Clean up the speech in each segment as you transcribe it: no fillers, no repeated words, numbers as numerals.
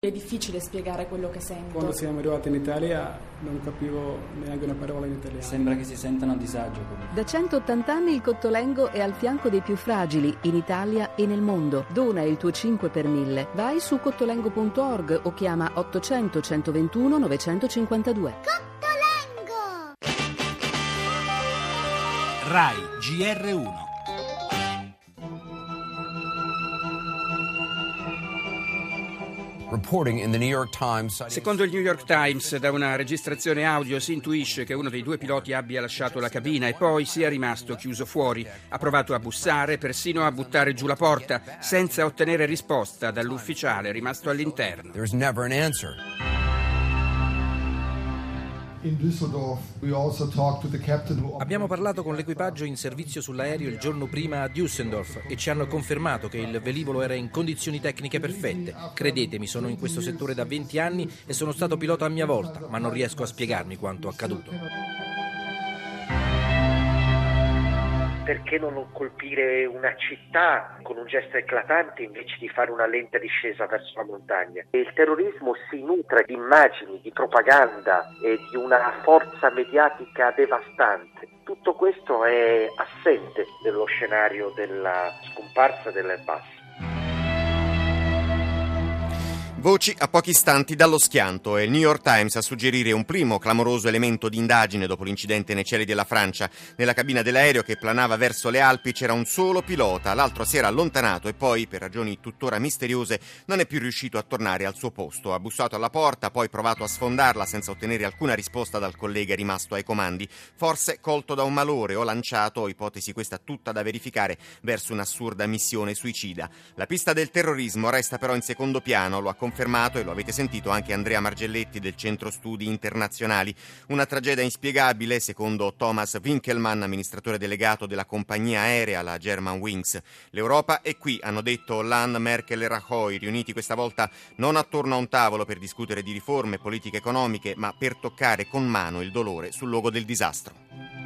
È difficile spiegare quello che sento. Quando siamo arrivati in Italia non capivo neanche una parola in italiano. Sembra che si sentano a disagio. Da 180 anni il Cottolengo è al fianco dei più fragili in Italia e nel mondo. Dona il tuo 5 per 1000. Vai su cottolengo.org o chiama 800 121 952. Cottolengo! Rai GR1. Secondo il New York Times, da una registrazione audio si intuisce che uno dei due piloti abbia lasciato la cabina e poi sia rimasto chiuso fuori. Ha provato a bussare, persino a buttare giù la porta, senza ottenere risposta dall'ufficiale rimasto all'interno. There's never an answer. Abbiamo parlato con l'equipaggio in servizio sull'aereo il giorno prima a Düsseldorf e ci hanno confermato che il velivolo era in condizioni tecniche perfette. Credetemi, sono in questo settore da 20 anni e sono stato pilota a mia volta, ma non riesco a spiegarmi quanto accaduto. Perché non colpire una città con un gesto eclatante invece di fare una lenta discesa verso la montagna? Il terrorismo si nutre di immagini, di propaganda e di una forza mediatica devastante. Tutto questo è assente nello scenario della scomparsa dell'Airbus. Voci a pochi istanti dallo schianto e il New York Times a suggerire un primo clamoroso elemento di indagine dopo l'incidente nei cieli della Francia. Nella cabina dell'aereo che planava verso le Alpi c'era un solo pilota, l'altro si era allontanato e poi, per ragioni tuttora misteriose, non è più riuscito a tornare al suo posto. Ha bussato alla porta, poi provato a sfondarla senza ottenere alcuna risposta dal collega rimasto ai comandi. Forse colto da un malore o lanciato, ipotesi questa tutta da verificare, verso un'assurda missione suicida. La pista del terrorismo resta però in secondo piano, lo ha confermato e lo avete sentito anche Andrea Margelletti del Centro Studi Internazionali. Una tragedia inspiegabile, secondo Thomas Winkelmann, amministratore delegato della compagnia aerea, la Germanwings. L'Europa è qui, hanno detto Hollande, Merkel e Rajoy, riuniti questa volta non attorno a un tavolo per discutere di riforme, politiche economiche, ma per toccare con mano il dolore sul luogo del disastro.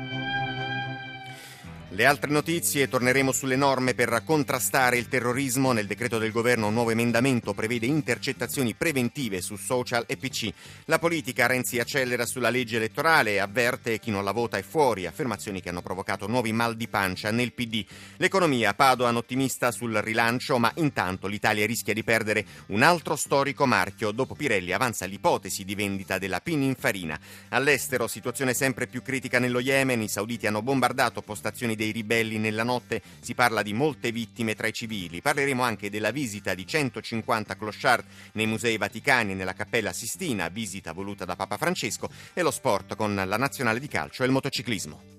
Le altre notizie, torneremo sulle norme per contrastare il terrorismo. Nel decreto del governo un nuovo emendamento prevede intercettazioni preventive su social e PC. La politica, Renzi accelera sulla legge elettorale e avverte chi non la vota è fuori, affermazioni che hanno provocato nuovi mal di pancia nel PD. L'economia, Padoan ottimista sul rilancio, ma intanto l'Italia rischia di perdere un altro storico marchio. Dopo Pirelli avanza l'ipotesi di vendita della Pininfarina. All'estero, situazione sempre più critica nello Yemen, i sauditi hanno bombardato postazioni dei ribelli nella notte, si parla di molte vittime tra i civili. Parleremo anche della visita di 150 clochard nei musei vaticani e nella Cappella Sistina, visita voluta da Papa Francesco, e lo sport con la nazionale di calcio e il motociclismo.